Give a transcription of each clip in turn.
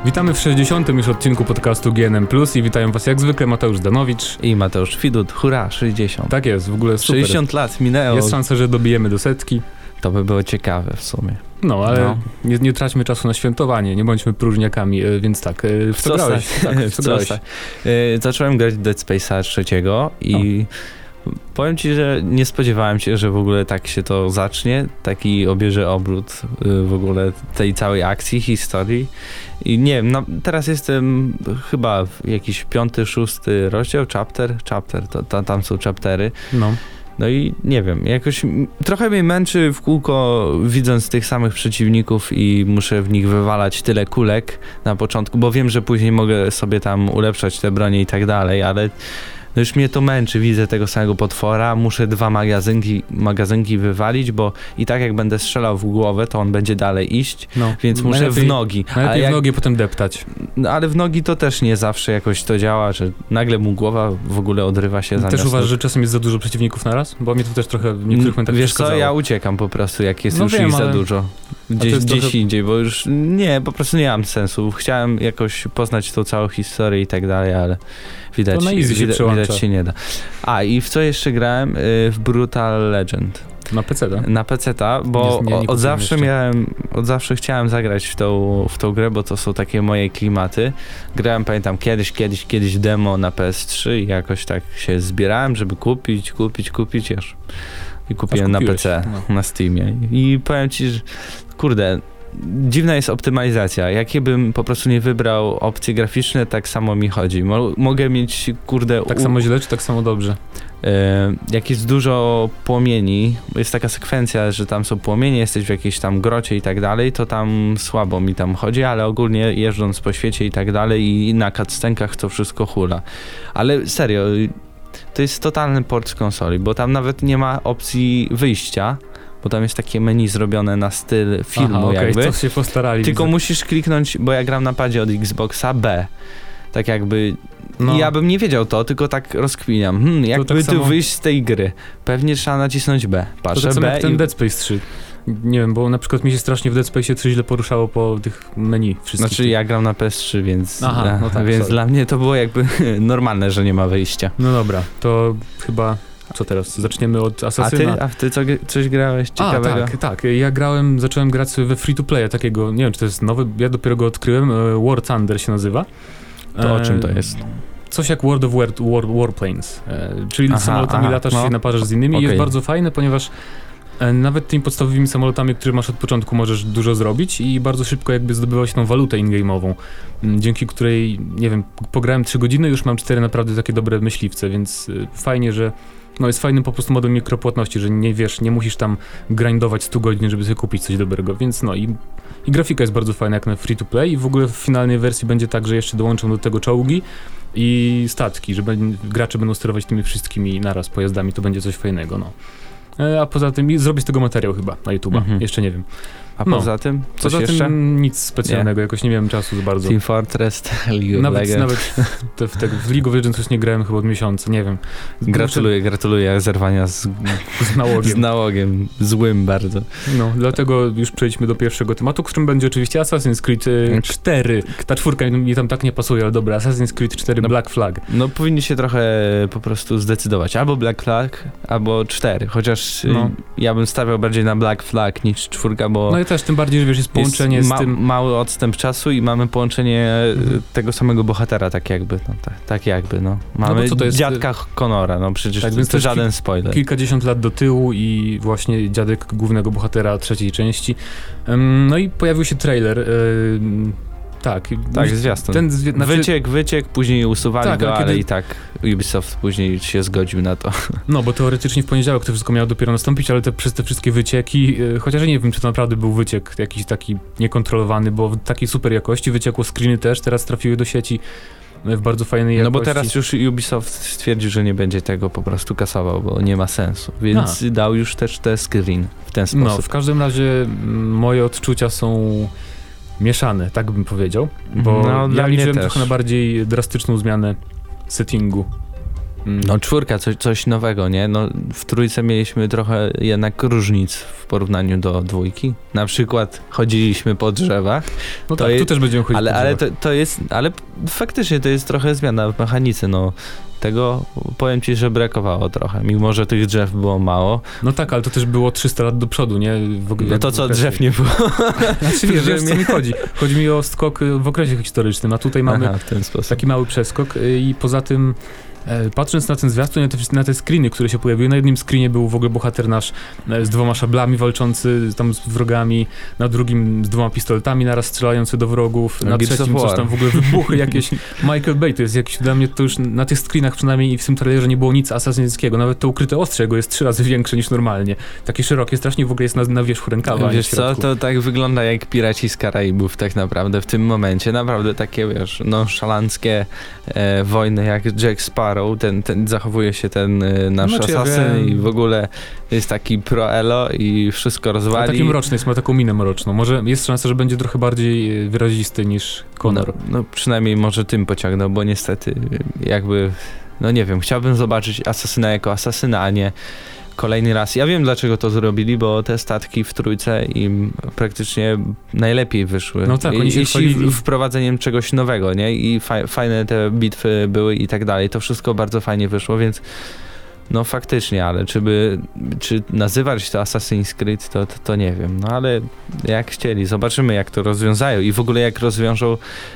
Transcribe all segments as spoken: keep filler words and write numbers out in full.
Witamy w sześćdziesiątym już odcinku podcastu G N M plus i witają was jak zwykle Mateusz Danowicz i Mateusz Widut. Hurra, sześćdziesiąt. Tak jest, w ogóle super. sześćdziesiąt lat minęło. Jest szansa, że dobijemy do setki. To by było ciekawe w sumie. No, ale no. Nie, nie traćmy czasu na świętowanie, nie bądźmy próżniakami, więc tak, w co, co grałeś? Tak, w co grałeś? Zacząłem grać Dead Space'a trzeciego i no. Powiem ci, że nie spodziewałem się, że w ogóle tak się to zacznie, taki obierze obrót w ogóle tej całej akcji, historii. I nie wiem, no, teraz jestem chyba w jakiś piąty, szósty rozdział, chapter, chapter, to, to, tam są chaptery. No. No i nie wiem, jakoś trochę mnie męczy w kółko widząc tych samych przeciwników i muszę w nich wywalać tyle kulek na początku, bo wiem, że później mogę sobie tam ulepszać te bronie i tak dalej, ale no już mnie to męczy, widzę tego samego potwora, muszę dwa magazynki, magazynki wywalić, bo i tak jak będę strzelał w głowę, to on będzie dalej iść, no, więc muszę najlepiej, w nogi. Najlepiej jak, w nogi potem deptać. No, ale w nogi to też nie zawsze jakoś to działa, że nagle mu głowa w ogóle odrywa się. Też uważasz, że czasem jest za dużo przeciwników naraz? Bo mnie to też trochę w niektórych momentach Wiesz co, ja uciekam po prostu, jak jest no już wiem, ich za ale... dużo. Gdzieś, gdzieś trochę... indziej, bo już nie, po prostu nie mam sensu. Chciałem jakoś poznać tą całą historię i tak dalej, ale widać, to na easy się widać, widać się nie da. A i w co jeszcze grałem? W Brutal Legend. Na peceta? Na peceta, bo nie, nie, nie od zawsze jeszcze. miałem, od zawsze chciałem zagrać w tą, w tą grę, bo to są takie moje klimaty. Grałem, pamiętam, kiedyś, kiedyś, kiedyś demo na P S trzy i jakoś tak się zbierałem, żeby kupić, kupić, kupić aż. I kupiłem na P C, no. na Steamie. I powiem ci, że kurde, dziwna jest optymalizacja. Jakie bym po prostu nie wybrał opcje graficzne, tak samo mi chodzi. Mo- mogę mieć, kurde... Tak u... samo źle, czy tak samo dobrze? Yy, jak jest dużo płomieni, jest taka sekwencja, że tam są płomienie, jesteś w jakiejś tam grocie i tak dalej, to tam słabo mi tam chodzi, ale ogólnie jeżdżąc po świecie i tak dalej i na cutscenkach to wszystko hula. Ale serio, to jest totalny port z konsoli, bo tam nawet nie ma opcji wyjścia, bo tam jest takie menu zrobione na styl filmu. Aha, okay, jakby. To się postarali. Tylko widzę. Musisz kliknąć, bo ja gram na padzie od Xboxa B. Tak jakby, no. Ja bym nie wiedział to, tylko tak rozkminiam. Hmm, jakby tak tu samo... wyjść z tej gry? Pewnie trzeba nacisnąć B. Patrzę to tak samo B jak ten i... Dead Space trzy. Nie wiem, bo na przykład mi się strasznie w Dead Space trzy źle poruszało po tych menu wszystkich. Znaczy ja gram na P S trzy, więc, Aha, no tak, więc dla mnie to było jakby normalne, że nie ma wyjścia. No dobra, to chyba... Co teraz? Zaczniemy od Asasyna. A ty, a ty co, coś grałeś ciekawego? A, tak, tak. Ja grałem, zacząłem grać sobie we free-to-playa takiego, nie wiem, czy to jest nowy, ja dopiero go odkryłem, War Thunder się nazywa. To o czym to jest? Coś jak World of War, War, Warplanes, czyli aha, samolotami aha, latasz no. się naparzasz z innymi. Okay. Jest bardzo fajne, ponieważ nawet tymi podstawowymi samolotami, które masz od początku, możesz dużo zrobić i bardzo szybko jakby zdobywać tą walutę in-game'ową, dzięki której, nie wiem, pograłem trzy godziny, już mam cztery naprawdę takie dobre myśliwce, więc fajnie, że no jest fajnym po prostu model mikropłatności, że nie wiesz, nie musisz tam grindować stu godzin, żeby sobie kupić coś dobrego, więc no i, i grafika jest bardzo fajna jak na free to play i w ogóle w finalnej wersji będzie tak, że jeszcze dołączą do tego czołgi i statki, że b- gracze będą sterować tymi wszystkimi naraz pojazdami, to będzie coś fajnego, no. A poza tym zrobić z tego materiał chyba na YouTube'a, mhm. jeszcze nie wiem. A no. poza tym? Coś poza jeszcze? tym nic specjalnego, nie. Jakoś nie miałem czasu za bardzo. Team Fortress, League of nawet, Legends. Nawet te, w, te, w League of Legends już nie grałem chyba od miesiąca, nie wiem. Gratuluję, gratuluję zerwania z, z nałogiem. Z nałogiem, złym bardzo. No, dlatego już przejdźmy do pierwszego tematu, którym będzie oczywiście Assassin's Creed cztery. Ta czwórka mi tam tak nie pasuje, ale dobra, Assassin's Creed cztery no, Black Flag. No powinni się trochę po prostu zdecydować, albo Black Flag, albo cztery, chociaż no. ja bym stawiał bardziej na Black Flag niż czwórka, bo... No i też tym bardziej, że wiesz, jest połączenie jest ma- z tym... mały odstęp czasu i mamy połączenie mhm. tego samego bohatera, tak jakby, no tak, tak jakby, no. Mamy no co to jest? Dziadka Conora, no przecież tak, to, to żaden spoiler. Kilkadziesiąt lat do tyłu i właśnie dziadek głównego bohatera trzeciej części. Um, no i pojawił się trailer. Yy, Tak, tak, zwiastun. Ten zwi- znaczy... Wyciek, wyciek, później usuwali tak, go, ale kiedy... i tak Ubisoft później się zgodził na to. No, bo teoretycznie w poniedziałek to wszystko miało dopiero nastąpić, ale te, przez te wszystkie wycieki, yy, chociaż nie wiem, czy to naprawdę był wyciek jakiś taki niekontrolowany, bo w takiej super jakości wyciekło screeny też, teraz trafiły do sieci w bardzo fajnej jakości. No bo teraz już Ubisoft stwierdził, że nie będzie tego po prostu kasował, bo nie ma sensu, więc A. dał już też te screen w ten sposób. No, w każdym razie m, moje odczucia są... mieszane, tak bym powiedział, bo no, ja liczyłem trochę na bardziej drastyczną zmianę settingu. No czwórka, coś, coś nowego, nie? No w trójce mieliśmy trochę jednak różnic w porównaniu do dwójki. Na przykład chodziliśmy po drzewach. No to tak, jest, tu też będziemy chodzić ale, po ale to, to jest, ale faktycznie to jest trochę zmiana w mechanice, no. Tego powiem ci, że brakowało trochę, mimo że tych drzew było mało. No tak, ale to też było trzysta lat do przodu, nie? W ogóle no to co, drzew nie było? Znaczy wiesz, wiesz co mi chodzi. Chodzi mi o skok w okresie historycznym, a tutaj mamy Aha, w ten sposób. taki mały przeskok i poza tym patrząc na ten zwiastun, na te, na te screeny, które się pojawiły, na jednym screenie był w ogóle bohater nasz z dwoma szablami walczący tam z wrogami, na drugim z dwoma pistoletami naraz strzelający do wrogów, no, na trzecim coś tam w ogóle wybuchy jakieś. Michael Bay to jest jakiś, dla mnie to już na tych screenach przynajmniej i w tym trailerze nie było nic asasyńskiego, nawet to ukryte ostrze jego jest trzy razy większe niż normalnie. Takie szerokie, strasznie w ogóle jest na, na wierzchu rękawa. Wiesz co, to tak wygląda jak Piraci z Karaibów tak naprawdę w tym momencie, naprawdę takie wiesz, nonszalanckie e, wojny jak Jack Sparrow. Ten, ten, zachowuje się ten y, nasz znaczy, asasyn ja i w ogóle jest taki pro-elo i wszystko rozwali. A taki mroczny jest, ma taką minę mroczną. Może jest szansa, że będzie trochę bardziej wyrazisty niż Connor. No, no przynajmniej może tym pociągnął, bo niestety jakby, no nie wiem, chciałbym zobaczyć asasyna jako asasyna, a nie kolejny raz. Ja wiem, dlaczego to zrobili, bo te statki w trójce im praktycznie najlepiej wyszły. No tak, oni się Jeśli chwalili. wprowadzeniem czegoś nowego, nie? I fa- fajne te bitwy były i tak dalej. To wszystko bardzo fajnie wyszło, więc no faktycznie, ale czy by, czy nazywać to Assassin's Creed, to, to, to nie wiem. No ale jak chcieli, zobaczymy jak to rozwiązają i w ogóle jak rozwiążą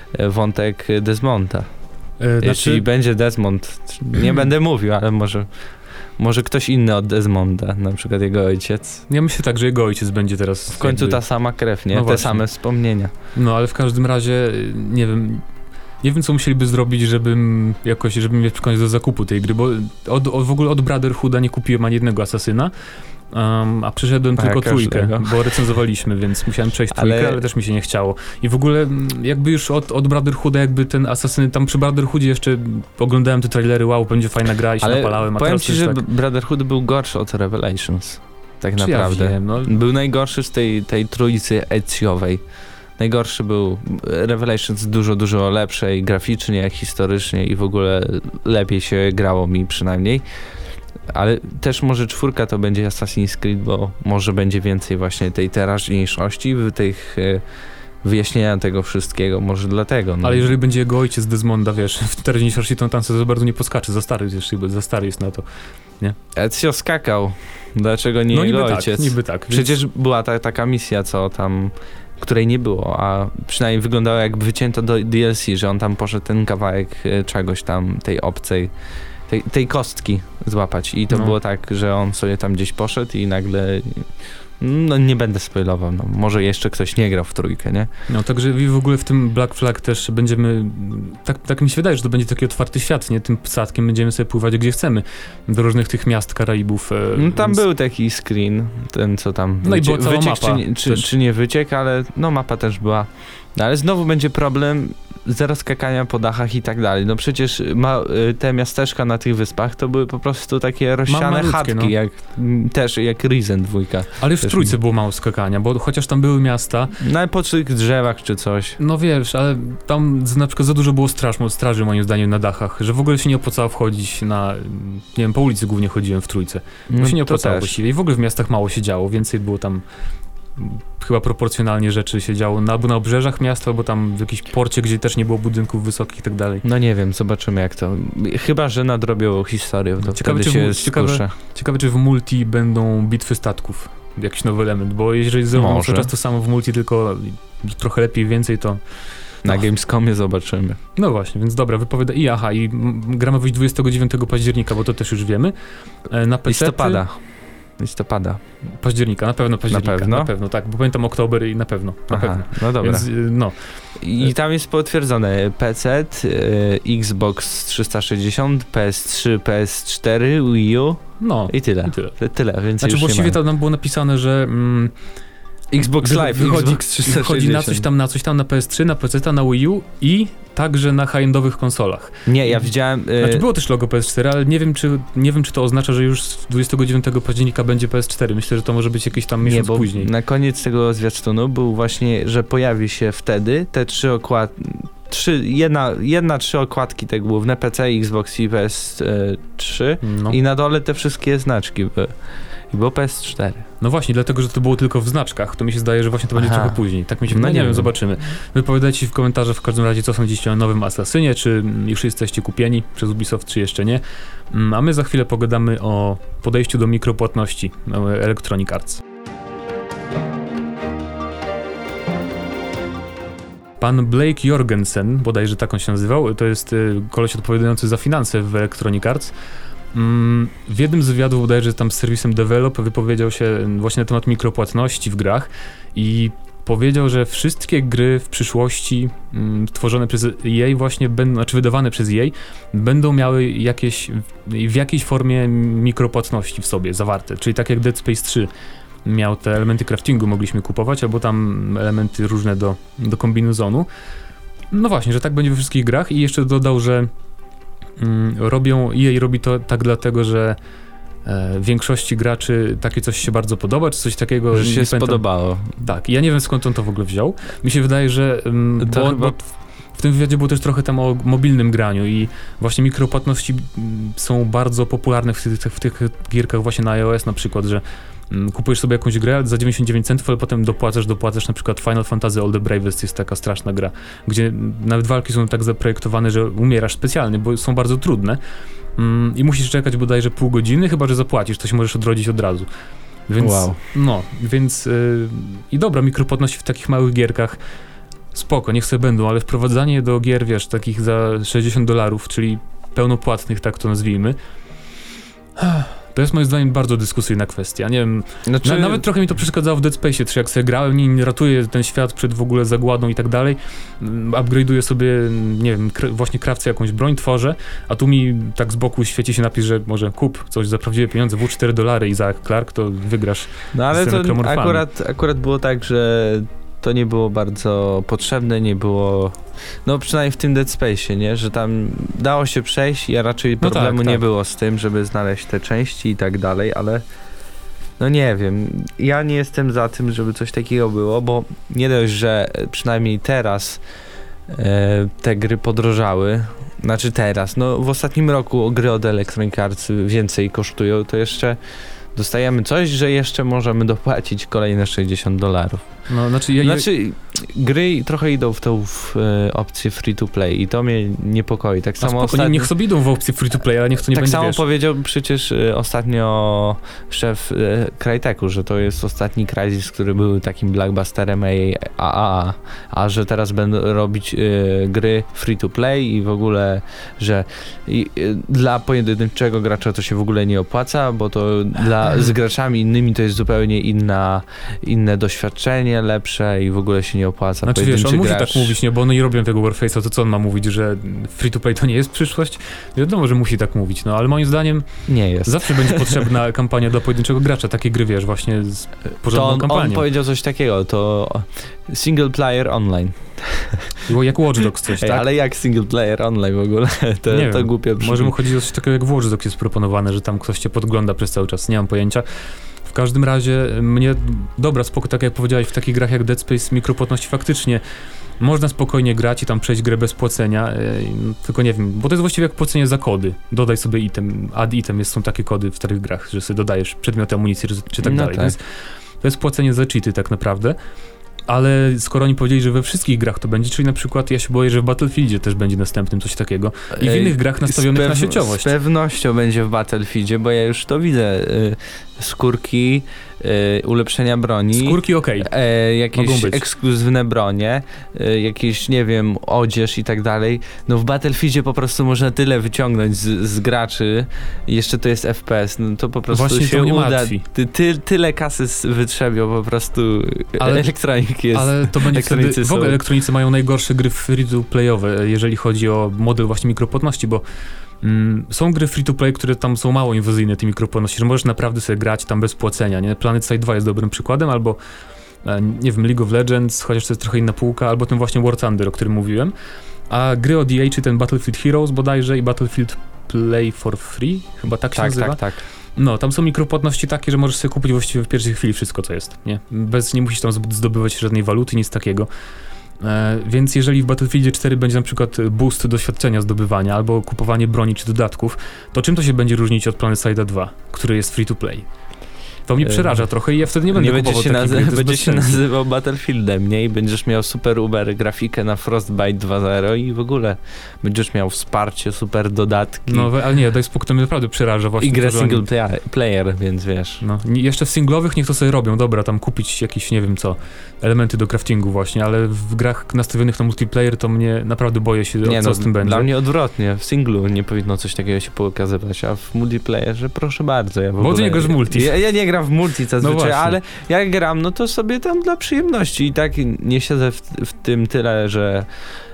wątek Desmonda. Yy, Jeśli znaczy... będzie Desmond, nie będę mówił, ale może... Może ktoś inny od Desmonda, na przykład jego ojciec. Ja myślę tak, że jego ojciec będzie teraz... W końcu jakby... ta sama krew, nie? No Te właśnie. same wspomnienia. No ale w każdym razie, nie wiem... Nie wiem, co musieliby zrobić, żebym jakoś, żebym mnie przekonać do zakupu tej gry, bo od, od, w ogóle od Brotherhooda nie kupiłem ani jednego asasyna, um, a przeszedłem a tylko trójkę, bo recenzowaliśmy, więc musiałem przejść trójkę, ale... ale też mi się nie chciało. I w ogóle jakby już od, od Brotherhooda jakby ten asasyny, tam przy Brotherhoodzie jeszcze oglądałem te trailery, wow, będzie fajna gra i się ale napalałem. A powiem teraz ci, że tak... Brotherhood był gorszy od Revelations, tak Czy naprawdę. Ja wiem, no... Był najgorszy z tej, tej trójcy Eziowej. Najgorszy był Revelations, dużo, dużo lepsze i graficznie, jak historycznie i w ogóle lepiej się grało mi przynajmniej. Ale też może czwórka to będzie Assassin's Creed, bo może będzie więcej właśnie tej teraźniejszości, tych wyjaśnienia tego wszystkiego, może dlatego. No. Ale jeżeli będzie jego ojciec Desmonda, wiesz, w teraźniejszości to on tam sobie za bardzo nie poskacze, za stary jest, za stary jest na to, nie? Ezio skakał, dlaczego nie no, jego niby ojciec? Tak, niby tak. Przecież więc... była ta, taka misja, co tam... której nie było, a przynajmniej wyglądało jakby wycięto do D L C, że on tam poszedł ten kawałek czegoś tam, tej obcej, tej, tej kostki złapać i to no. było tak, że on sobie tam gdzieś poszedł i nagle, no nie będę spoilował, no może jeszcze ktoś nie grał w trójkę, nie? No także w ogóle w tym Black Flag też będziemy, tak, tak mi się wydaje, że to będzie taki otwarty świat, nie? Tym statkiem będziemy sobie pływać gdzie chcemy, do różnych tych miast Karaibów. E, no tam więc... był taki screen, ten co tam no wycie- i była wyciek, mapa czy, czy, czy nie wyciek, ale no mapa też była. No ale znowu będzie problem zero skakania po dachach i tak dalej. No przecież ma, te miasteczka na tych wyspach to były po prostu takie rozsiane chatki, no. jak, też jak Risen dwójka. Ale już w trójce było mało skakania, bo chociaż tam były miasta... No ale po tych drzewach czy coś. No wiesz, ale tam na przykład za dużo było straż, straży moim zdaniem na dachach, że w ogóle się nie opłacało wchodzić na... Nie wiem, po ulicy głównie chodziłem w trójce. Bo no się nie opłacało właściwie i w ogóle w miastach mało się działo, więcej było tam... Chyba proporcjonalnie rzeczy się działo na, albo na obrzeżach miasta, albo tam w jakimś porcie, gdzie też nie było budynków wysokich i tak dalej. No nie wiem, zobaczymy jak to. Chyba że nadrobią historię, to ciekawe, wtedy czy się w, ciekawe, ciekawe, czy w multi będą bitwy statków, jakiś nowy element, bo jeżeli zrobią cały czas to samo w multi, tylko trochę lepiej, więcej, to... Na no. Gamescomie zobaczymy. No właśnie, więc dobra, wypowiada... I aha, i gra ma wyjść dwudziestego dziewiątego października, bo to też już wiemy. Na P C listopada. Listopada. Października, na pewno października. Na pewno? Na pewno, tak, bo pamiętam oktober i na pewno. Na Aha, pewno. No dobra. Więc, no. I tam jest potwierdzone P C, y, Xbox trzysta sześćdziesiąt, P S trzy, P S cztery, Wii U no, i tyle. I tyle. tyle więc znaczy właściwie tam nam było napisane, że... Mm, Xbox Live, wychodzi, Xbox trzysta sześćdziesiąt. Wychodzi na coś tam, na coś tam na P S trzy, na P C, na Wii U i także na high-endowych konsolach. Nie, ja widziałem... Yy... Znaczy było też logo P S cztery, ale nie wiem, czy, nie wiem, czy to oznacza, że już dwudziestego dziewiątego października będzie P S cztery. Myślę, że to może być jakiś tam miesiąc nie, bo później. Na koniec tego zwiastunu był właśnie, że pojawi się wtedy te trzy okłady, trzy, jedna, jedna, trzy okładki te główne, P C, Xbox i P S trzy no. i na dole te wszystkie znaczki były. I było P S cztery. No właśnie, dlatego, że to było tylko w znaczkach, to mi się zdaje, że właśnie to będzie Aha. trochę później. Tak mi się wydaje, no nie, nie wiem, zobaczymy. Wypowiadajcie w komentarzach w każdym razie, co sądzicie o nowym Assassinie, czy już jesteście kupieni przez Ubisoft, czy jeszcze nie. A my za chwilę pogadamy o podejściu do mikropłatności Electronic Arts. Pan Blake Jorgensen, bodajże tak on się nazywał, to jest koleś odpowiadający za finanse w Electronic Arts. W jednym z wywiadów bodajże tam z serwisem Develop wypowiedział się właśnie na temat mikropłatności w grach i powiedział, że wszystkie gry w przyszłości mm, tworzone przez E A właśnie będą, znaczy wydawane przez E A będą miały jakieś, w jakiejś formie mikropłatności w sobie zawarte, czyli tak jak Dead Space trzy miał te elementy craftingu, mogliśmy kupować, albo tam elementy różne do, do kombinezonu. No właśnie, że tak będzie we wszystkich grach i jeszcze dodał, że mm, robią, E A robi to tak dlatego, że e, większości graczy takie coś się bardzo podoba, czy coś takiego... Że się pamiętam. Spodobało. Tak, ja nie wiem skąd on to w ogóle wziął. Mi się wydaje, że... Mm, bo, chyba... bo w tym wywiadzie było też trochę tam o mobilnym graniu i właśnie mikropłatności są bardzo popularne w tych, w tych gierkach właśnie na iOS na przykład, że kupujesz sobie jakąś grę za dziewięćdziesiąt dziewięć centów, ale potem dopłacasz, dopłacasz na przykład Final Fantasy All the Bravest jest taka straszna gra, gdzie nawet walki są tak zaprojektowane, że umierasz specjalnie, bo są bardzo trudne mm, i musisz czekać bodajże pół godziny, chyba że zapłacisz, to się możesz odrodzić od razu. Więc, wow. No, więc yy, i dobra, mikropłatności w takich małych gierkach spoko, niech sobie będą, ale wprowadzanie do gier, wiesz, takich za sześćdziesiąt dolarów, czyli pełnopłatnych, tak to nazwijmy, to jest moim zdaniem bardzo dyskusyjna kwestia. Nie wiem, znaczy... na, nawet trochę mi to przeszkadzało w Dead Space trzy, jak sobie grałem, nie, nie ratuję ten świat przed w ogóle zagładą i tak dalej. Upgrade'uję sobie, nie wiem, kr- właśnie krawcę jakąś broń, tworzę, a tu mi tak z boku świeci się napis, że może kup coś za prawdziwe pieniądze, w cztery dolary Isaac Clarke, to wygrasz. No ale to akurat, akurat było tak, że to nie było bardzo potrzebne, nie było, no przynajmniej w tym Dead Space'ie, nie, że tam dało się przejść i raczej problemu no tak, nie tak. było z tym, żeby znaleźć te części i tak dalej, ale no nie wiem, ja nie jestem za tym, żeby coś takiego było, bo nie dość, że przynajmniej teraz e, te gry podrożały, znaczy teraz, no w ostatnim roku gry od Electronic Arts więcej kosztują, to jeszcze dostajemy coś, że jeszcze możemy dopłacić kolejne sześćdziesiąt dolarów. No, znaczy, ja, znaczy gry trochę idą w tą w, e, opcję free to play i to mnie niepokoi. Tak samo spoko, ostatnio, niech sobie idą w opcję free to play, ale niech to nie tak będzie, Tak samo wiesz. powiedział przecież e, ostatnio szef e, Cryteku, że to jest ostatni Crysis, który był takim blockbusterem A A A, a że teraz będą robić e, gry free to play i w ogóle, że i, e, dla pojedynczego gracza to się w ogóle nie opłaca, bo to dla, z graczami innymi to jest zupełnie inna, inne doświadczenie, lepsze i w ogóle się nie opłaca. Znaczy wiesz, on gracz... musi tak mówić, nie, bo oni robią tego Warface'a, to co on ma mówić, że free to play to nie jest przyszłość? Wiadomo, że musi tak mówić, no ale moim zdaniem nie jest. Zawsze będzie potrzebna kampania dla pojedynczego gracza, takie gry, wiesz, właśnie z porządną to on, kampanią. on powiedział coś takiego, to single player online. Było jak Watch Dogs coś, Ej, tak? Ale jak single player online w ogóle? To, nie to wiem, głupie brzmi. Może mu chodzi o coś takiego jak w Watch Dogs jest proponowane, że tam ktoś cię podgląda przez cały czas, nie mam pojęcia. W każdym razie mnie, dobra, spoko, tak jak powiedziałeś, w takich grach jak Dead Space mikropłatności faktycznie można spokojnie grać i tam przejść grę bez płacenia, yy, tylko nie wiem, bo to jest właściwie jak płacenie za kody. Dodaj sobie item, add item, jest, są takie kody w starych grach, że sobie dodajesz przedmioty, amunicję czy, czy tak no dalej. Tak. To, jest, to jest płacenie za cheaty tak naprawdę. Ale skoro oni powiedzieli, że we wszystkich grach to będzie, czyli na przykład ja się boję, że w Battlefieldzie też będzie następnym coś takiego i w Ej, innych grach nastawionych na sieciowość. Z pewnością będzie w Battlefieldzie, bo ja już to widzę. Y, skórki, y, ulepszenia broni. Skórki okej. Okay. E, jakieś ekskluzywne bronie, y, jakieś, nie wiem, odzież i tak dalej. No w Battlefieldzie po prostu można tyle wyciągnąć z, z graczy. Jeszcze to jest F P S, no to po prostu Właśnie się to nie uda. martwi. Ty, ty, tyle kasy wytrzebią po prostu. Ale, elektronik jest. Ale to będzie wtedy, w ogóle elektronicy mają najgorsze gry free-to-playowe, jeżeli chodzi o model właśnie mikropłatności, bo mm, są gry free-to-play, które tam są mało inwazyjne, te mikropłatności, że możesz naprawdę sobie grać tam bez płacenia, nie? PlanetSide dwa jest dobrym przykładem, albo e, nie wiem, League of Legends, chociaż to jest trochę inna półka, albo ten właśnie War Thunder, o którym mówiłem, a gry od E A, czy ten Battlefield Heroes bodajże i Battlefield Play for Free, chyba tak się tak, nazywa. Tak, tak, No, tam są mikropłatności takie, że możesz sobie kupić właściwie w pierwszej chwili wszystko, co jest, nie? Bez, nie musisz tam zdobywać żadnej waluty, nic takiego. E, więc jeżeli w Battlefieldzie cztery będzie na przykład boost doświadczenia zdobywania albo kupowanie broni czy dodatków, to czym to się będzie różnić od Planetside dwa, który jest free to play? To mnie przeraża trochę i ja wtedy nie będę nie kupował będzie się, takiej nazy- będzie się nazywał Battlefieldem, nie? I będziesz miał super uber grafikę na Frostbite dwa zero i w ogóle będziesz miał wsparcie, super dodatki. No, ale nie, daj spokój, to mnie naprawdę przeraża właśnie. I grę to, single oni... player, player, więc wiesz. No, jeszcze w singlowych niech to sobie robią, dobra, tam kupić jakieś, nie wiem co, elementy do craftingu właśnie, ale w grach nastawionych na multiplayer to mnie naprawdę boję się, nie, co no, z tym będzie. Dla mnie odwrotnie, w singlu nie powinno coś takiego się pokazywać, a w multiplayerze proszę bardzo. Ja w ogóle... Bo ty nie grasz w multi. Ja, ja nie gram w multi zazwyczaj, no ale jak gram, no to sobie tam dla przyjemności i tak nie siedzę w, w tym tyle, że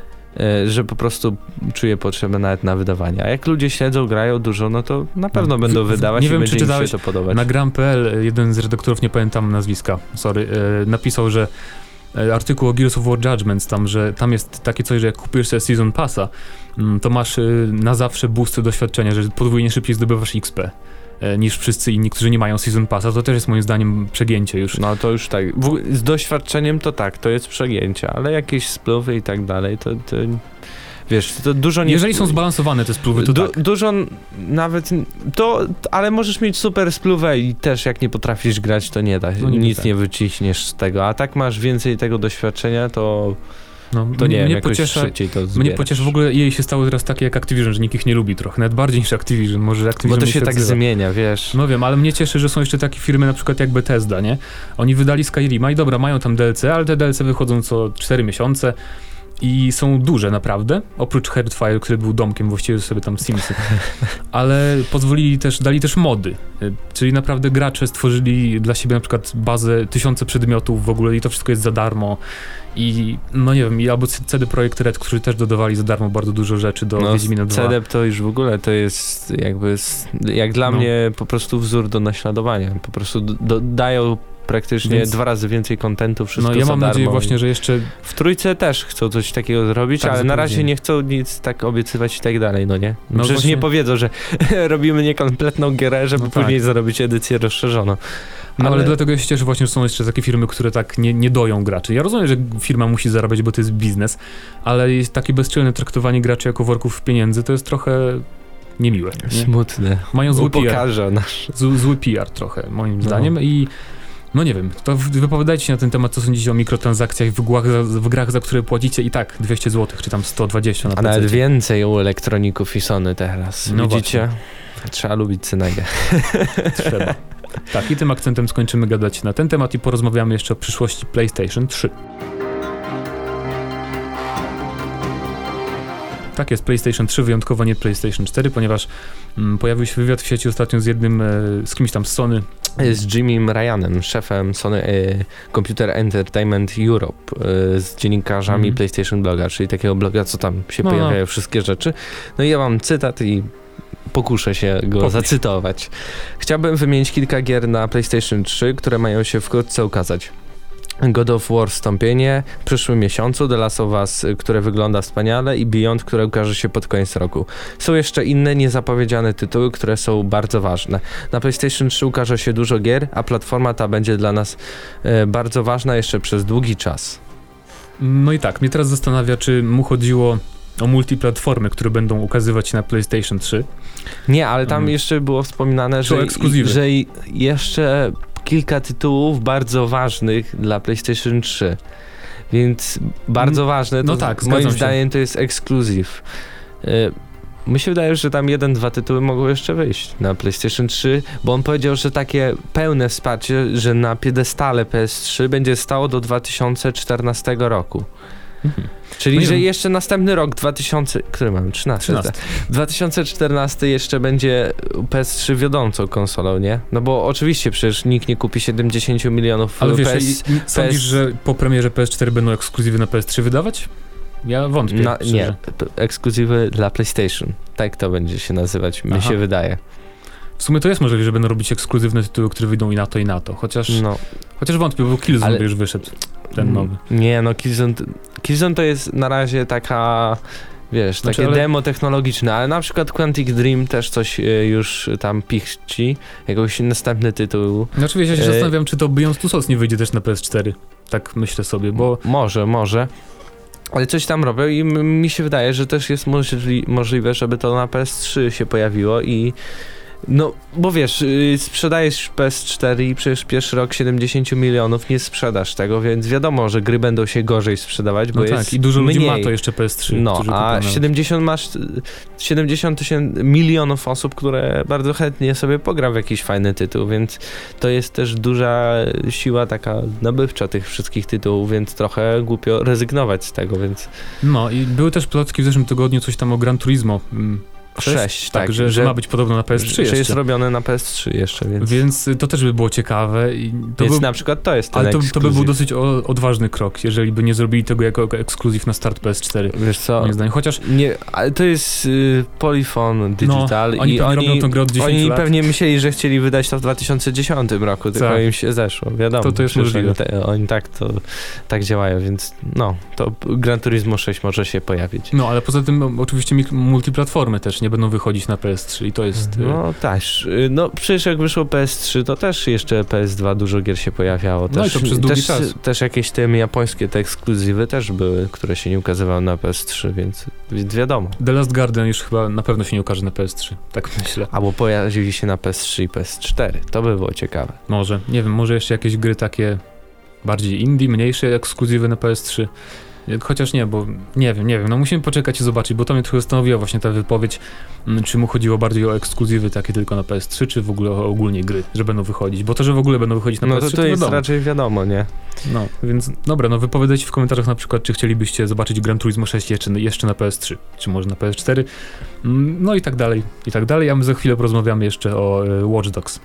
że po prostu czuję potrzebę nawet na wydawanie. A jak ludzie śledzą, grają dużo, no to na pewno no, będą wydawać nie i wiem, będzie im się to podobać. Na gram kropka p l jeden z redaktorów, nie pamiętam nazwiska, sorry, e, napisał, że artykuł o Gears of War Judgments, tam, że tam jest takie coś, że jak kupujesz sobie Season Passa, to masz na zawsze boosty doświadczenia, że podwójnie szybciej zdobywasz X P niż wszyscy inni, którzy nie mają Season Passa. To też jest moim zdaniem przegięcie już. No to już tak. Z doświadczeniem to tak, to jest przegięcie, ale jakieś spluwy i tak dalej, to... to... Wiesz, to dużo nie... Jeżeli są zbalansowane te spluwy, to du- tak. Dużo nawet... To... Ale możesz mieć super spluwę i też jak nie potrafisz grać, to nie da. No nic tak. nie wyciśniesz z tego. A tak masz więcej tego doświadczenia, to... No, to nie mnie wiem, pociesza, szybciej to zbierasz. Mnie pociesza, w ogóle jej się stało teraz takie jak Activision, że nikt ich nie lubi trochę, nawet bardziej niż Activision, może Activision... Bo to się tak odzywa. Zmienia, wiesz. No wiem, ale mnie cieszy, że są jeszcze takie firmy na przykład jak Bethesda, nie? Oni wydali Skyrima i dobra, mają tam D L C, ale te D L C wychodzą co cztery miesiące i są duże naprawdę, oprócz Hearthfire, który był domkiem, właściwie sobie tam Simsy, ale pozwolili też, dali też mody, czyli naprawdę gracze stworzyli dla siebie na przykład bazę, tysiące przedmiotów w ogóle i to wszystko jest za darmo i no nie wiem, i albo C D Projekt Red, którzy też dodawali za darmo bardzo dużo rzeczy do no, Wiedźmina dwa. C D to już w ogóle to jest jakby, jak dla no. mnie po prostu wzór do naśladowania, po prostu dodają praktycznie Więc... dwa razy więcej kontentu, wszystko No ja mam za nadzieję darmo. właśnie, że jeszcze... W trójce też chcą coś takiego zrobić, tak, ale na razie nie chcą nic tak obiecywać i tak dalej, no nie? No Przecież właśnie... nie powiedzą, że robimy niekompletną gierę, żeby no później tak. zrobić edycję rozszerzoną. No ale... ale dlatego ja się cieszę właśnie, że są jeszcze takie firmy, które tak nie, nie doją graczy. Ja rozumiem, że firma musi zarabiać, bo to jest biznes, ale jest takie bezczelne traktowanie graczy jako worków pieniędzy, to jest trochę... niemiłe. Nie? Smutne. Mają zły P R. Nasz. Z, zły P R trochę, moim no. zdaniem i no nie wiem, to wypowiadajcie się na ten temat, co sądzicie o mikrotransakcjach w grach, w grach, za które płacicie i tak dwieście złotych, czy tam sto dwadzieścia na A nawet więcej u elektroników i Sony teraz. No widzicie? Właśnie. Trzeba lubić Cynegę. Trzeba. Tak, i tym akcentem skończymy gadać na ten temat i porozmawiamy jeszcze o przyszłości PlayStation trzy. Tak jest, PlayStation trzy, wyjątkowo nie PlayStation cztery, ponieważ mm, pojawił się wywiad w sieci ostatnio z jednym, e, z kimś tam z Sony. Z Jimmym Ryanem, szefem Sony e, Computer Entertainment Europe, e, z dziennikarzami mm. PlayStation Bloga, czyli takiego bloga, co tam się no, pojawiają no. wszystkie rzeczy. No i ja mam cytat i pokuszę się go Pokuś. zacytować. Chciałbym wymienić kilka gier na PlayStation trzy, które mają się wkrótce ukazać. God of War Wstąpienie w przyszłym miesiącu, The Last of Us, które wygląda wspaniale i Beyond, które ukaże się pod koniec roku. Są jeszcze inne niezapowiedziane tytuły, które są bardzo ważne. Na PlayStation trzy ukaże się dużo gier, a platforma ta będzie dla nas e, bardzo ważna jeszcze przez długi czas. No i tak, mnie teraz zastanawia, czy mu chodziło o multiplatformy, które będą ukazywać się na PlayStation trzy. Nie, ale tam um, jeszcze było wspominane, że, i, że jeszcze kilka tytułów bardzo ważnych dla PlayStation trzy. Więc bardzo ważne, to no tak, moim zdaniem się. To jest ekskluzyw. Mi się wydaje, że tam jeden, dwa tytuły mogą jeszcze wyjść na PlayStation trzy, bo on powiedział, że takie pełne wsparcie, że na piedestale P S trzy będzie stało do dwa tysiące czternastego roku. Mhm. Czyli, no że jeszcze następny rok, dwa tysiące, który mamy? trzynasty. dwa tysiące czternasty jeszcze będzie P S trzy wiodącą konsolą, nie? No bo oczywiście przecież nikt nie kupi siedemdziesiąt milionów Ale wiesz, P S... sądzisz, że po premierze P S cztery będą ekskluzywy na P S trzy wydawać? Ja wątpię. Na, nie, ekskluzywy dla PlayStation. Tak to będzie się nazywać, mi Aha. się wydaje. W sumie to jest możliwe, że będą robić ekskluzywne tytuły, które wyjdą i na to, i na to. Chociaż, no. chociaż wątpię, bo Killzone Ale... już wyszedł, ten nowy. Nie, no Killzone, Killzone to jest na razie taka, wiesz, znaczy, takie ale... demo technologiczne, ale na przykład Quantic Dream też coś y, już tam pichci, jakiś następny tytuł. Znaczy, wiesz, ja się y... zastanawiam, czy to Beyond Two Souls nie wyjdzie też na P S cztery. Tak myślę sobie, bo... Może, może. Ale coś tam robią i m- mi się wydaje, że też jest możli- możliwe, żeby to na P S trzy się pojawiło i no, bo wiesz, yy, sprzedajesz P S cztery i przecież pierwszy rok siedemdziesiąt milionów, nie sprzedasz tego, więc wiadomo, że gry będą się gorzej sprzedawać, bo no jest tak, i dużo mniej. ludzi ma to jeszcze P S trzy. No, a siedemdziesiąt masz siedemdziesiąt tysięcy milionów osób, które bardzo chętnie sobie pogra w jakiś fajny tytuł, więc to jest też duża siła taka nabywcza tych wszystkich tytułów, więc trochę głupio rezygnować z tego, więc... No i były też plotki w zeszłym tygodniu, coś tam o Gran Turismo. sześć, tak, tak że, że ma być podobno na P S trzy że jeszcze. jest robione na P S trzy jeszcze, więc... Więc to też by było ciekawe. I to więc by, na przykład to jest ten ale to, to by był ekskluzyw. dosyć o, odważny krok, jeżeli by nie zrobili tego jako ekskluzyw na start P S cztery. Wiesz co? Moim zdaniem, chociaż... Nie, ale to jest y, Polyphon Digital no, oni i oni, robią tą grę od dziesięciu oni lat. pewnie myśleli, że chcieli wydać to w dwa tysiące dziesiątym roku, tylko tak. im się zeszło, wiadomo. To, to jest możliwe. Te, oni tak to tak działają, więc no, to Gran Turismo sześć może się pojawić. No, ale poza tym oczywiście multiplatformy też nie będą wychodzić na P S trzy i to jest... No też, no przecież jak wyszło P S trzy, to też jeszcze P S dwa dużo gier się pojawiało. Też, no i to przez długi też, czas. Też jakieś te japońskie te ekskluzywy też były, które się nie ukazywały na P S trzy, więc, więc wiadomo. The Last Guardian już chyba na pewno się nie ukaże na P S trzy, tak myślę. Albo pojawili się na P S trzy i P S cztery, to by było ciekawe. Może, nie wiem, może jeszcze jakieś gry takie bardziej indie, mniejsze, ekskluzywy na P S trzy. Chociaż nie, bo nie wiem, nie wiem, no musimy poczekać i zobaczyć, bo to mnie trochę zastanowiła właśnie ta wypowiedź, czy mu chodziło bardziej o ekskluzywy takie tylko na P S trzy, czy w ogóle o ogólnie gry, że będą wychodzić, bo to, że w ogóle będą wychodzić na no P S trzy, to, to jest wiadomo. raczej wiadomo, nie? No, więc dobra, no wypowiadajcie w komentarzach na przykład, czy chcielibyście zobaczyć Gran Turismo sześć jeszcze, jeszcze na P S trzy, czy może na P S cztery, no i tak dalej, i tak dalej, a my za chwilę porozmawiamy jeszcze o y, Watch Dogs.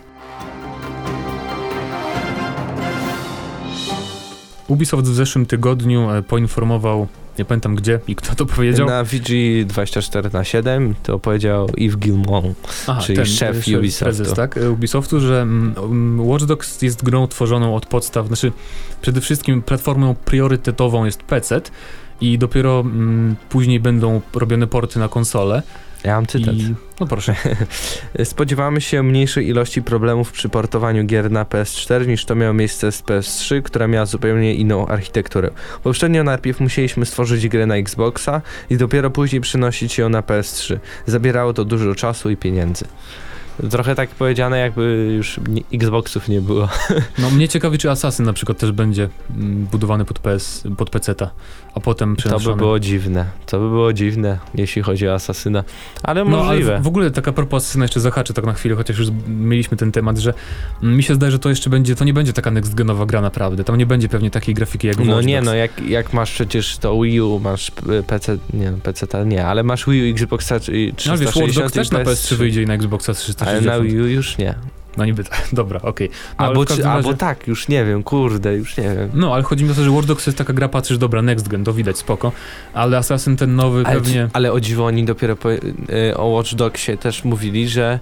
Ubisoft w zeszłym tygodniu poinformował, nie pamiętam gdzie i kto to powiedział. Na V G dwadzieścia cztery na siedem to powiedział Yves Guillemot, Aha, czyli ten, szef Ubisoftu. Prezes, tak, Ubisoftu, że um, Watch Dogs jest grą tworzoną od podstaw, znaczy przede wszystkim platformą priorytetową jest P C i dopiero um, później będą robione porty na konsolę. Ja mam cytat. I... No proszę. Spodziewamy się mniejszej ilości problemów przy portowaniu gier na P S cztery niż to miało miejsce z P S trzy, która miała zupełnie inną architekturę. Poprzednio najpierw musieliśmy stworzyć grę na Xboxa i dopiero później przynosić ją na P S trzy. Zabierało to dużo czasu i pieniędzy. Trochę tak powiedziane, jakby już nie, Xboxów nie było. No mnie ciekawi, czy Assassin na przykład też będzie mm, budowany pod P S, pod peceta, a potem przenoszony. To by było dziwne. To by było dziwne, jeśli chodzi o Assassina. Ale no, możliwe. Ale w, w ogóle taka propos Assassina jeszcze zahaczę tak na chwilę, chociaż już mieliśmy ten temat, że mi się zdaje, że to jeszcze będzie, to nie będzie taka next-genowa gra naprawdę. Tam nie będzie pewnie takiej grafiki jak w No Watch nie, Dogs. no jak, jak masz przecież to Wii U, masz P C, nie no P C nie, ale masz Wii U, Xboxa trzysta No wiesz, Watch Dogs też na P S trzy wyjdzie i na Xboxa trzysta sześćdziesiąt. Ale na Wii U już nie. No niby tak, dobra, okej. Okay. No, albo, czy, razie... albo tak, już nie wiem, kurde, już nie wiem. No, ale chodzi mi o to, że Watch Dogs jest taka gra, patrzysz, dobra, next gen, to widać, spoko, ale Assassin ten nowy ale, pewnie... Ale o dziwo oni dopiero po, y, o Watch Dogsie też mówili, że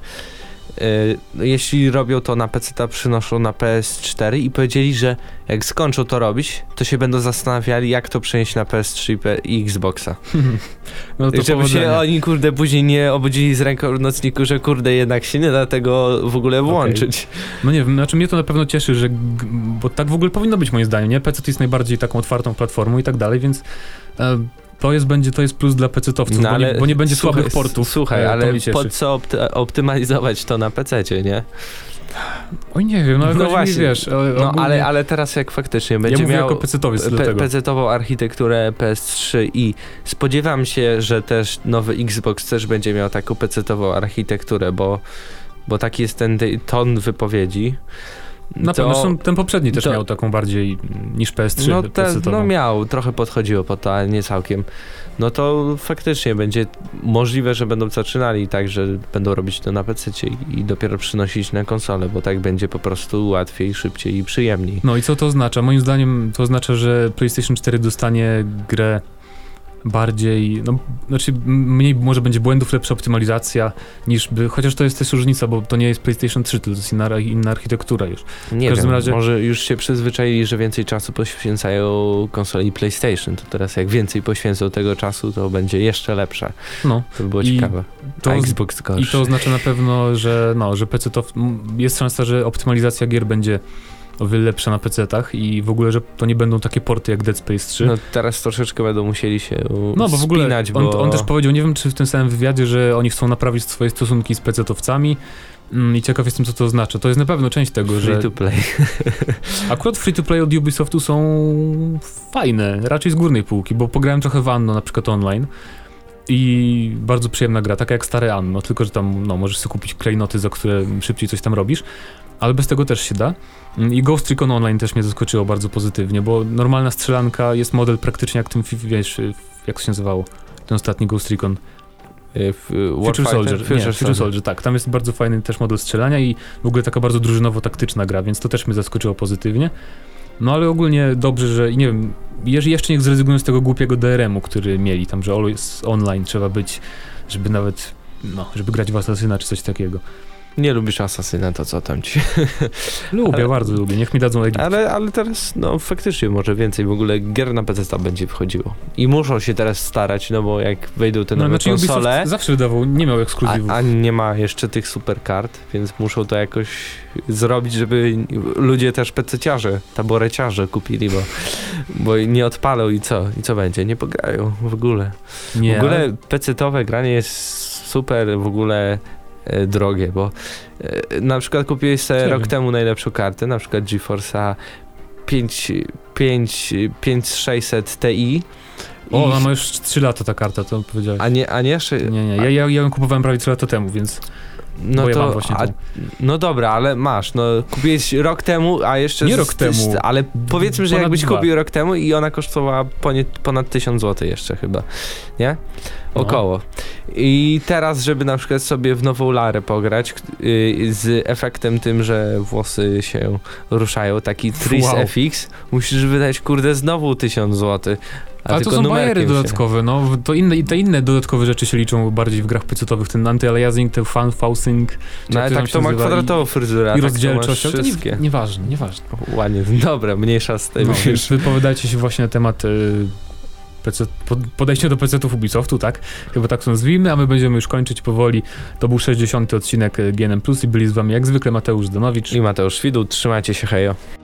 y, jeśli robią to na P C, przynoszą na P S cztery i powiedzieli, że jak skończą to robić, to się będą zastanawiali, jak to przenieść na P S trzy i Xboxa. No to żeby powodzenia. się oni, kurde, później nie obudzili z ręką w nocniku, że kurde, jednak się nie da tego w ogóle włączyć. Okay. No nie wiem, znaczy mnie to na pewno cieszy, że, bo tak w ogóle powinno być moim zdaniem, nie? P C jest najbardziej taką otwartą platformą i tak dalej, więc e, to jest, będzie, to jest plus dla pecetowców, no, bo, nie, bo nie będzie słuchaj, słabych portów. Słuchaj, ale po co opty- optymalizować to na pececie, nie? Oj, nie wiem, no, ale no właśnie, wiesz. No ogólnie... ale, ale teraz jak faktycznie będzie ja miał jako pecetowiec do tego. pecetową architekturę P S trzy i spodziewam się, że też nowy Xbox też będzie miał taką pecetową architekturę, bo, bo taki jest ten ton wypowiedzi. Na to, pewno, ten poprzedni też to, miał taką bardziej niż P S trzy. No, te, no miał, trochę podchodziło po to, ale nie całkiem. No to faktycznie będzie możliwe, że będą zaczynali tak, że będą robić to na pececie i, i dopiero przynosić na konsolę, bo tak będzie po prostu łatwiej, szybciej i przyjemniej. No i co to oznacza? Moim zdaniem to oznacza, że PlayStation cztery dostanie grę bardziej, no, znaczy mniej może będzie błędów, lepsza optymalizacja niż by, chociaż to jest też różnica, bo to nie jest PlayStation trzy, to jest inna, inna architektura już. Nie w każdym wiem, razie... może już się przyzwyczaili, że więcej czasu poświęcają konsoli PlayStation, to teraz jak więcej poświęcą tego czasu, to będzie jeszcze lepsze. No. To by było I ciekawe. To A Xbox gorszy. I to oznacza na pewno, że no, że P C to jest szansa, że optymalizacja gier będzie o wiele lepsza na pecetach i w ogóle, że to nie będą takie porty jak Dead Space trzy. No teraz troszeczkę będą musieli się No bo w ogóle spinać, on, bo... on też powiedział, nie wiem czy w tym samym wywiadzie, że oni chcą naprawić swoje stosunki z pecetowcami i ciekaw jestem co to oznacza. To jest na pewno część tego, free że... Free to play. Akurat free to play od Ubisoftu są fajne, raczej z górnej półki, bo pograłem trochę w Anno, na przykład online. I bardzo przyjemna gra, taka jak stare Anno, tylko że tam no, możesz sobie kupić klejnoty, za które szybciej coś tam robisz, ale bez tego też się da. I Ghost Recon Online też mnie zaskoczyło bardzo pozytywnie, bo normalna strzelanka jest model praktycznie jak tym, wiesz, jak to się nazywało, ten ostatni Ghost Recon. Future Soldier, nie, Future Soldier. Soldier, tak, tam jest bardzo fajny też model strzelania i w ogóle taka bardzo drużynowo-taktyczna gra, więc to też mnie zaskoczyło pozytywnie. No ale ogólnie dobrze, że nie wiem, jeszcze niech zrezygnują z tego głupiego D R M u, który mieli tam, że always online trzeba być, żeby nawet, no, żeby grać w Asasyna czy coś takiego. Nie lubisz Asasyna, to co tam ci? Lubię, ale, bardzo lubię, niech mi dadzą Egipt. Ale, ale teraz, no faktycznie może więcej w ogóle gier na P C będzie wchodziło. I muszą się teraz starać, no bo jak wejdą te nowe no, znaczy konsole... Ubisoft zawsze wydawał, nie miał ekskluzywów. A, a nie ma jeszcze tych super kart, więc muszą to jakoś zrobić, żeby ludzie też pececiarze, taboreciarze kupili, bo, bo nie odpalą i co? I co będzie? Nie pograją w ogóle. Nie. W ogóle pecetowe granie jest super w ogóle... drogie, bo e, na przykład kupiłeś sobie rok temu najlepszą kartę, na przykład GeForce'a pięć tysięcy sześćset Ti. O, ona ma już trzy lata ta karta, to powiedziałeś. A nie, a nie? Nie, nie, ja, ja, ja ją kupowałem prawie trzy lata temu, więc... No ja to, a, no dobra, ale masz, no kupiłeś rok temu, a jeszcze... Nie z, rok temu. Z, ale powiedzmy, że jakbyś dwa. kupił rok temu i ona kosztowała ponad, ponad tysiąc złotych jeszcze chyba, nie? Około. No. I teraz, żeby na przykład sobie w nową Larę pograć yy, z efektem tym, że włosy się ruszają, taki Tris wow. F X, musisz wydać kurde znowu tysiąc złotych. A ale to są bariery dodatkowe, się. no to inne, te inne dodatkowe rzeczy się liczą bardziej w grach pecetowych, ten anti-aliasing, ten fan-fausing. No ale tak to ma kwadratową fryzurę, i rozdzielczość, tak to nie, nieważne, nieważne. Ładnie, dobra, mniejsza z tym. No, więc wypowiadajcie się właśnie na temat y, P C, podejście do pecetów Ubisoftu, tak? Chyba tak to nazwijmy, a my będziemy już kończyć powoli. To był sześćdziesiąty odcinek G N M plus i byli z wami jak zwykle Mateusz Zdanowicz i Mateusz Widut. Trzymajcie się, hejo.